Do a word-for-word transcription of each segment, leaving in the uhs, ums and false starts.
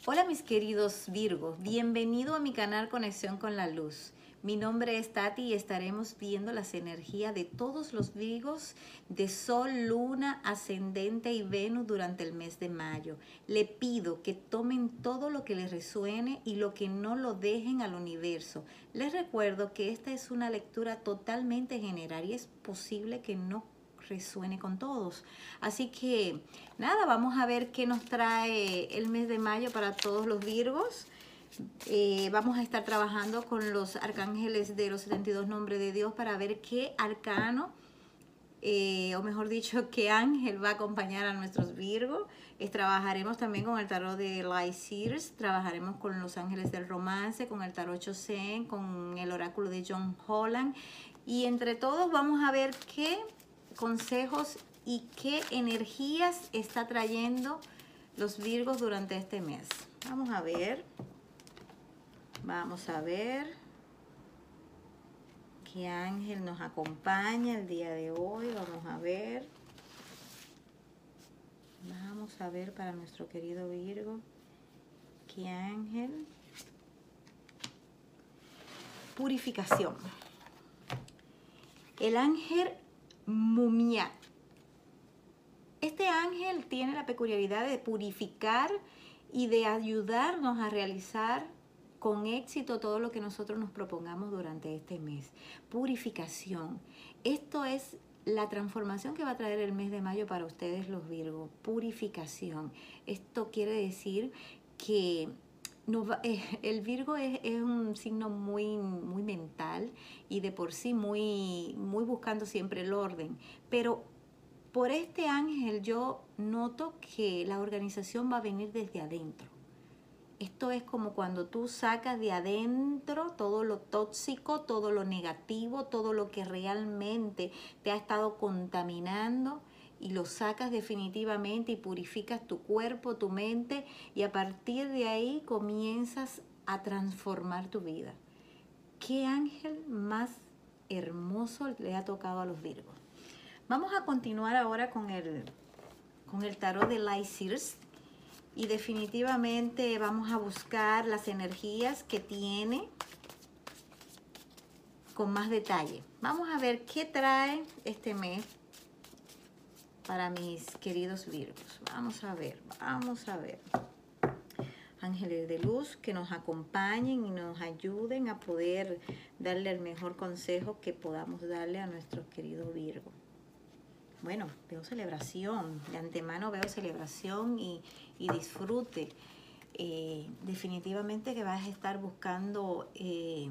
Hola mis queridos Virgos, bienvenido a mi canal Conexión con la Luz. Mi nombre es Tati y estaremos viendo las energías de todos los Virgos de Sol, Luna, Ascendente y Venus durante el mes de mayo. Le pido que tomen todo lo que les resuene y lo que no lo dejen al universo. Les recuerdo que esta es una lectura totalmente general y es posible que no resuene con todos. Así que nada, vamos a ver qué nos trae el mes de mayo para todos los Virgos. Eh, vamos a estar trabajando con los arcángeles de los setenta y dos nombres de Dios para ver qué arcano, eh, o mejor dicho, qué ángel va a acompañar a nuestros Virgos. Eh, trabajaremos también con el tarot de Light Seers, trabajaremos con los ángeles del romance, con el tarot Chosen, con el oráculo de John Holland. Y entre todos vamos a ver qué consejos y qué energías está trayendo los Virgos durante este mes. Vamos a ver. Vamos a ver qué ángel nos acompaña el día de hoy. Vamos a ver. Vamos a ver para nuestro querido Virgo. ¿Qué ángel? Purificación. El ángel Mumia. Este ángel tiene la peculiaridad de purificar y de ayudarnos a realizar con éxito todo lo que nosotros nos propongamos durante este mes. Purificación. Esto es la transformación que va a traer el mes de mayo para ustedes los Virgos. Purificación. Esto quiere decir que no va, eh, el Virgo es, es un signo muy, muy mental y de por sí muy, muy buscando siempre el orden. Pero por este ángel yo noto que la organización va a venir desde adentro. Esto es como cuando tú sacas de adentro todo lo tóxico, todo lo negativo, todo lo que realmente te ha estado contaminando y lo sacas definitivamente y purificas tu cuerpo, tu mente y a partir de ahí comienzas a transformar tu vida. ¿Qué ángel más hermoso le ha tocado a los Virgos? Vamos a continuar ahora con el, con el tarot de Light Seers. Y definitivamente vamos a buscar las energías que tiene con más detalle. Vamos a ver qué trae este mes para mis queridos Virgos. Vamos a ver, vamos a ver. Ángeles de luz que nos acompañen y nos ayuden a poder darle el mejor consejo que podamos darle a nuestros queridos Virgos. Bueno, veo celebración, de antemano veo celebración y, y disfrute. Eh, definitivamente que vas a estar buscando eh,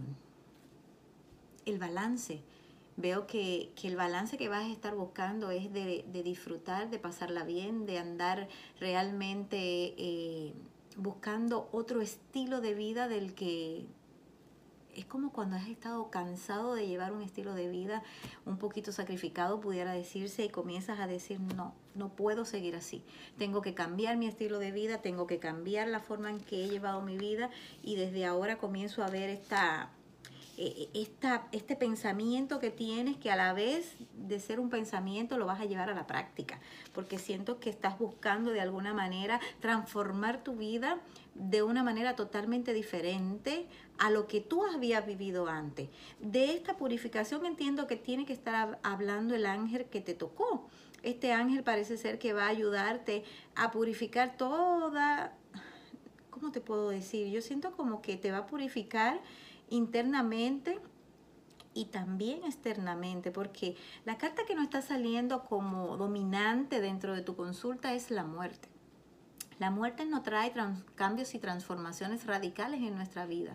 el balance. Veo que, que el balance que vas a estar buscando es de, de disfrutar, de pasarla bien, de andar realmente eh, buscando otro estilo de vida del que... Es como cuando has estado cansado de llevar un estilo de vida un poquito sacrificado, pudiera decirse, y comienzas a decir, no, no puedo seguir así. Tengo que cambiar mi estilo de vida, tengo que cambiar la forma en que he llevado mi vida y desde ahora comienzo a ver esta, esta, este pensamiento que tienes que a la vez de ser un pensamiento lo vas a llevar a la práctica. Porque siento que estás buscando de alguna manera transformar tu vida de una manera totalmente diferente a lo que tú habías vivido antes. De esta purificación entiendo que tiene que estar hablando el ángel que te tocó. Este ángel parece ser que va a ayudarte a purificar toda... ¿Cómo te puedo decir? Yo siento como que te va a purificar internamente y también externamente, porque la carta que nos está saliendo como dominante dentro de tu consulta es la muerte. La muerte nos trae cambios y transformaciones radicales en nuestra vida.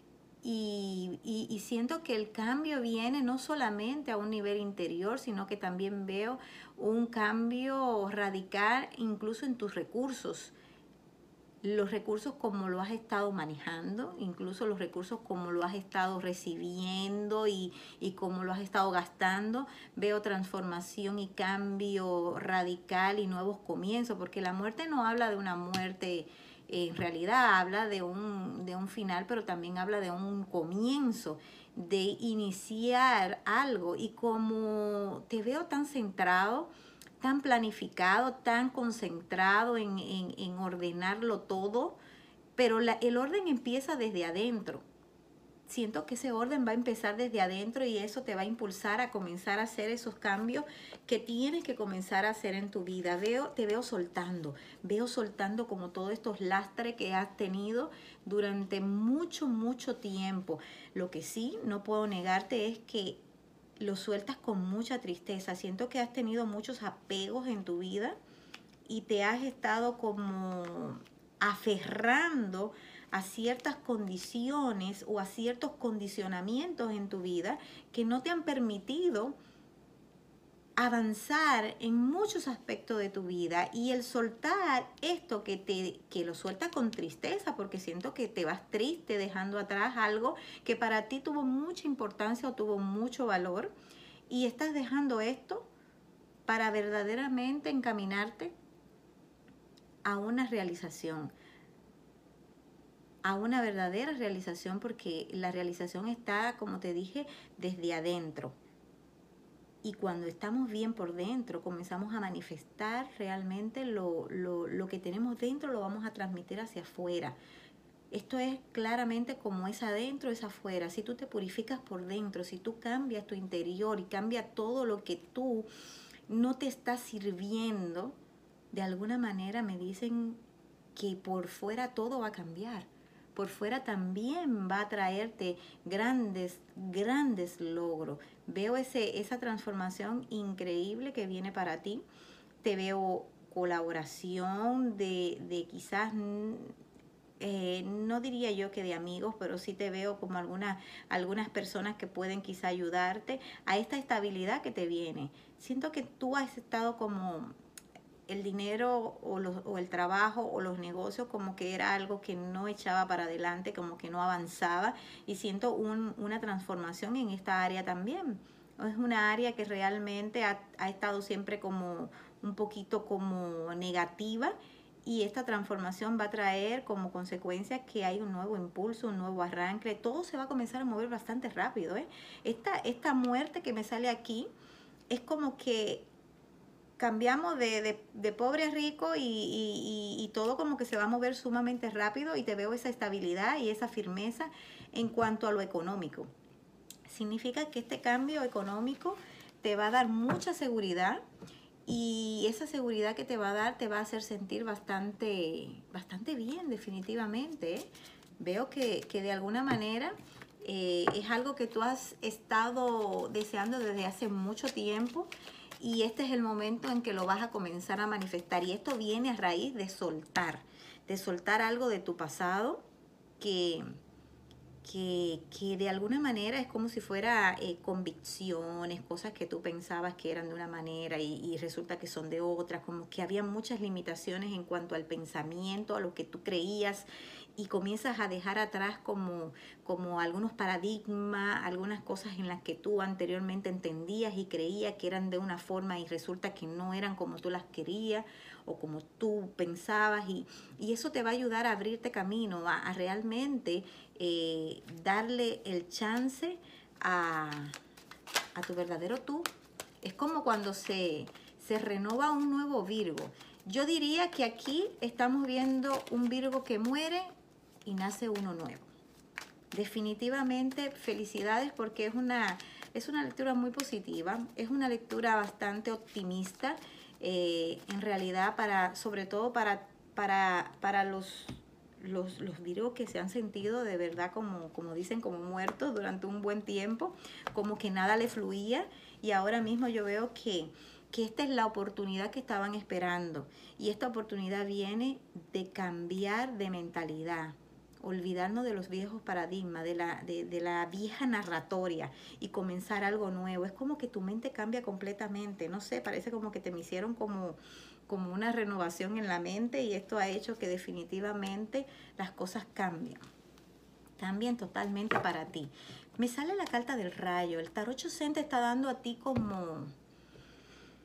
Y, y, y siento que el cambio viene no solamente a un nivel interior, sino que también veo un cambio radical incluso en tus recursos. Los recursos como lo has estado manejando, incluso los recursos como lo has estado recibiendo y, y como lo has estado gastando. Veo transformación y cambio radical y nuevos comienzos, porque la muerte no habla de una muerte, eh, en realidad habla de un, de un final, pero también habla de un comienzo, de iniciar algo. Y como te veo tan centrado, tan planificado, tan concentrado en, en, en ordenarlo todo, pero la, el orden empieza desde adentro. Siento que ese orden va a empezar desde adentro y eso te va a impulsar a comenzar a hacer esos cambios que tienes que comenzar a hacer en tu vida. Veo, te veo soltando, veo soltando como todos estos lastres que has tenido durante mucho, mucho tiempo. Lo que sí no puedo negarte es que lo sueltas con mucha tristeza. Siento que has tenido muchos apegos en tu vida y te has estado como aferrando a ciertas condiciones o a ciertos condicionamientos en tu vida que no te han permitido avanzar en muchos aspectos de tu vida. Y el soltar esto que te que lo sueltas con tristeza, porque siento que te vas triste dejando atrás algo que para ti tuvo mucha importancia o tuvo mucho valor, y estás dejando esto para verdaderamente encaminarte a una realización, a una verdadera realización, porque la realización está, como te dije, desde adentro. Y cuando estamos bien por dentro, comenzamos a manifestar realmente lo, lo, lo que tenemos dentro, lo vamos a transmitir hacia afuera. Esto es claramente como es adentro, es afuera. Si tú te purificas por dentro, si tú cambias tu interior y cambia todo lo que tú no te está sirviendo, de alguna manera me dicen que por fuera todo va a cambiar. Por fuera también va a traerte grandes, grandes logros. Veo ese, esa transformación increíble que viene para ti. Te veo colaboración de, de quizás, eh, no diría yo que de amigos, pero sí te veo como algunas, algunas personas que pueden quizá ayudarte a esta estabilidad que te viene. Siento que tú has estado como el dinero o, los, o el trabajo o los negocios como que era algo que no echaba para adelante, como que no avanzaba, y siento un, una transformación en esta área también. Es una área que realmente ha, ha estado siempre como un poquito como negativa, y esta transformación va a traer como consecuencia que hay un nuevo impulso, un nuevo arranque. Todo se va a comenzar a mover bastante rápido, ¿eh? Esta, esta muerte que me sale aquí es como que cambiamos de, de, de pobre a rico, y, y, y, y todo como que se va a mover sumamente rápido, y te veo esa estabilidad y esa firmeza en cuanto a lo económico. Significa que este cambio económico te va a dar mucha seguridad, y esa seguridad que te va a dar te va a hacer sentir bastante, bastante bien, definitivamente, ¿eh? Veo que, que de alguna manera eh, es algo que tú has estado deseando desde hace mucho tiempo, y este es el momento en que lo vas a comenzar a manifestar. Y esto viene a raíz de soltar, de soltar algo de tu pasado que, que, que de alguna manera es como si fuera eh, convicciones, cosas que tú pensabas que eran de una manera y, y resulta que son de otra, como que había muchas limitaciones en cuanto al pensamiento, a lo que tú creías, y comienzas a dejar atrás como, como algunos paradigmas, algunas cosas en las que tú anteriormente entendías y creías que eran de una forma y resulta que no eran como tú las querías o como tú pensabas, y, y eso te va a ayudar a abrirte camino, a, a realmente eh, darle el chance a, a tu verdadero tú. Es como cuando se, se renova un nuevo Virgo. Yo diría que aquí estamos viendo un Virgo que muere y nace uno nuevo. Definitivamente felicidades, porque es una, es una lectura muy positiva, es una lectura bastante optimista, eh, en realidad, para, sobre todo para, para, para los, los, los Virgos que se han sentido de verdad como, como dicen, como muertos durante un buen tiempo, como que nada le fluía, y ahora mismo yo veo que que esta es la oportunidad que estaban esperando, y esta oportunidad viene de cambiar de mentalidad, olvidarnos de los viejos paradigmas, de la, de, de la vieja narratoria, y comenzar algo nuevo. Es como que tu mente cambia completamente, no sé, parece como que te me hicieron como, como una renovación en la mente, y esto ha hecho que definitivamente las cosas cambien, cambien totalmente para ti. Me sale la carta del rayo. El tarot Chosen te está dando a ti como...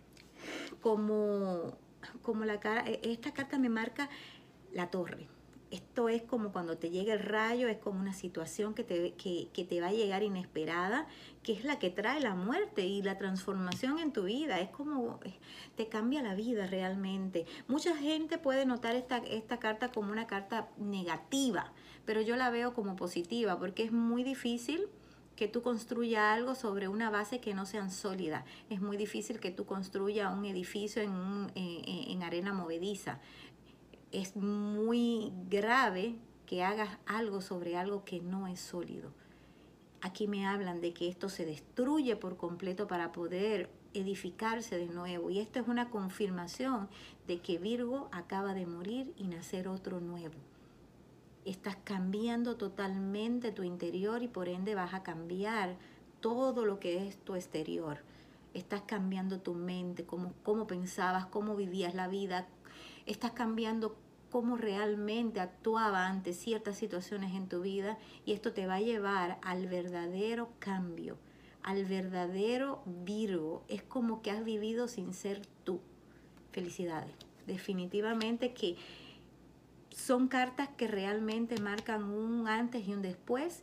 como, como la cara, esta carta me marca la torre. Esto es como cuando te llega el rayo, es como una situación que te, que, que te va a llegar inesperada, que es la que trae la muerte y la transformación en tu vida. Es como, te cambia la vida realmente. Mucha gente puede notar esta, esta carta como una carta negativa, pero yo la veo como positiva, porque es muy difícil que tú construyas algo sobre una base que no sean sólida. Es muy difícil que tú construyas un edificio en, un, en, en arena movediza. Es muy grave que hagas algo sobre algo que no es sólido. Aquí me hablan de que esto se destruye por completo para poder edificarse de nuevo. Y esto es una confirmación de que Virgo acaba de morir y nacer otro nuevo. Estás cambiando totalmente tu interior y por ende vas a cambiar todo lo que es tu exterior. Estás cambiando tu mente, cómo, cómo pensabas, cómo vivías la vida. Estás cambiando cómo realmente actuaba ante ciertas situaciones en tu vida y esto te va a llevar al verdadero cambio, al verdadero Virgo. Es como que has vivido sin ser tú. Felicidades. Definitivamente que son cartas que realmente marcan un antes y un después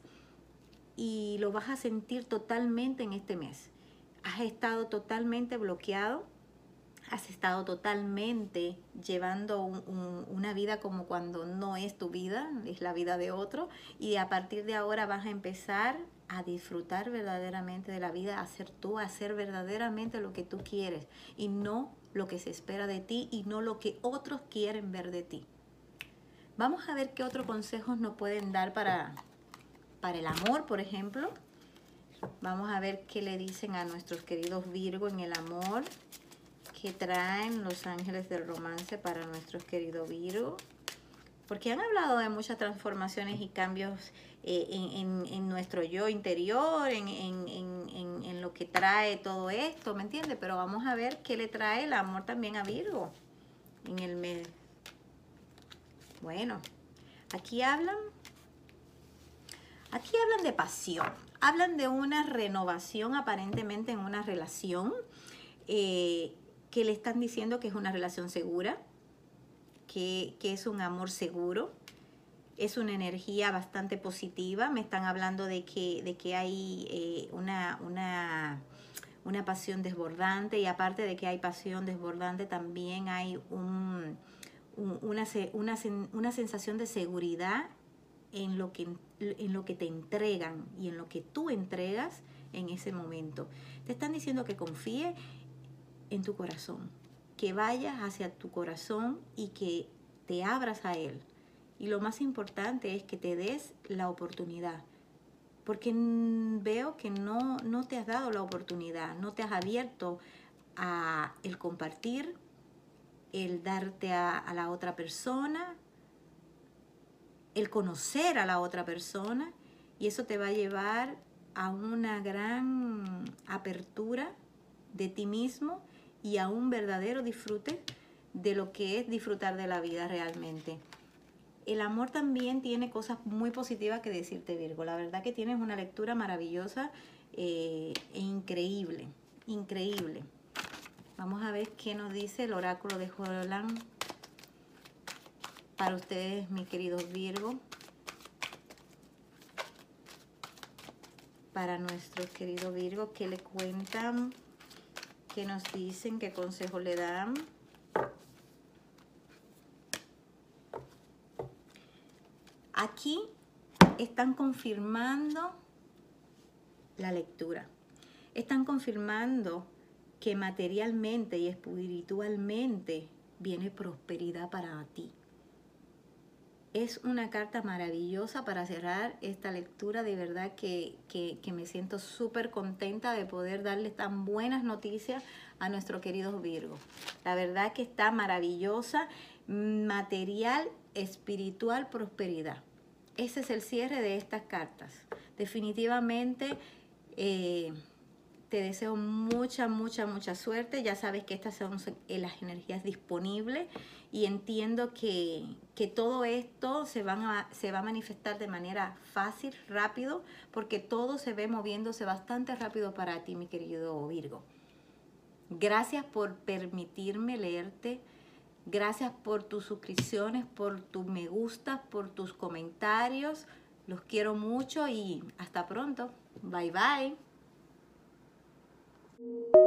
y lo vas a sentir totalmente en este mes. Has estado totalmente bloqueado, has estado totalmente llevando un, un, una vida como cuando no es tu vida, es la vida de otro, y a partir de ahora vas a empezar a disfrutar verdaderamente de la vida, a ser tú, a hacer verdaderamente lo que tú quieres y no lo que se espera de ti y no lo que otros quieren ver de ti. Vamos a ver qué otros consejos nos pueden dar para, para el amor, por ejemplo. Vamos a ver qué le dicen a nuestros queridos Virgo en el amor. ¿Qué traen los ángeles del romance para nuestros queridos Virgo? Porque han hablado de muchas transformaciones y cambios eh, en, en, en nuestro yo interior, en, en, en, en lo que trae todo esto, ¿me entiendes? Pero vamos a ver qué le trae el amor también a Virgo en el mes. Bueno, aquí hablan, aquí hablan de pasión, hablan de una renovación aparentemente en una relación, eh, que le están diciendo que es una relación segura, que, que es un amor seguro, es una energía bastante positiva. Me están hablando de que, de que hay eh, una, una, una pasión desbordante y aparte de que hay pasión desbordante también hay un... Una, una, una sensación de seguridad en lo, que, en lo que te entregan y en lo que tú entregas en ese momento. Te están diciendo que confíes en tu corazón, que vayas hacia tu corazón y que te abras a él. Y lo más importante es que te des la oportunidad, porque veo que no, no te has dado la oportunidad, no te has abierto a el compartir, el darte a, a la otra persona, el conocer a la otra persona, y eso te va a llevar a una gran apertura de ti mismo y a un verdadero disfrute de lo que es disfrutar de la vida realmente. El amor también tiene cosas muy positivas que decirte, Virgo. La verdad que tienes una lectura maravillosa eh, e increíble, increíble. Vamos a ver qué nos dice el oráculo de Jolan para ustedes, mis queridos Virgo. Para nuestros queridos Virgo, ¿qué le cuentan? ¿Qué nos dicen? ¿Qué consejo le dan? Aquí están confirmando la lectura. Están confirmando que materialmente y espiritualmente viene prosperidad para ti. Es una carta maravillosa para cerrar esta lectura. De verdad que, que, que me siento súper contenta de poder darles tan buenas noticias a nuestro querido Virgo. La verdad que está maravillosa. Material, espiritual, prosperidad. Ese es el cierre de estas cartas. Definitivamente eh, te deseo mucha, mucha, mucha suerte. Ya sabes que estas son las energías disponibles y entiendo que, que todo esto se, van a, se va a manifestar de manera fácil, rápido, porque todo se ve moviéndose bastante rápido para ti, mi querido Virgo. Gracias por permitirme leerte Gracias por tus suscripciones, por tus me gustas, por tus comentarios. Los quiero mucho y hasta pronto. Bye bye.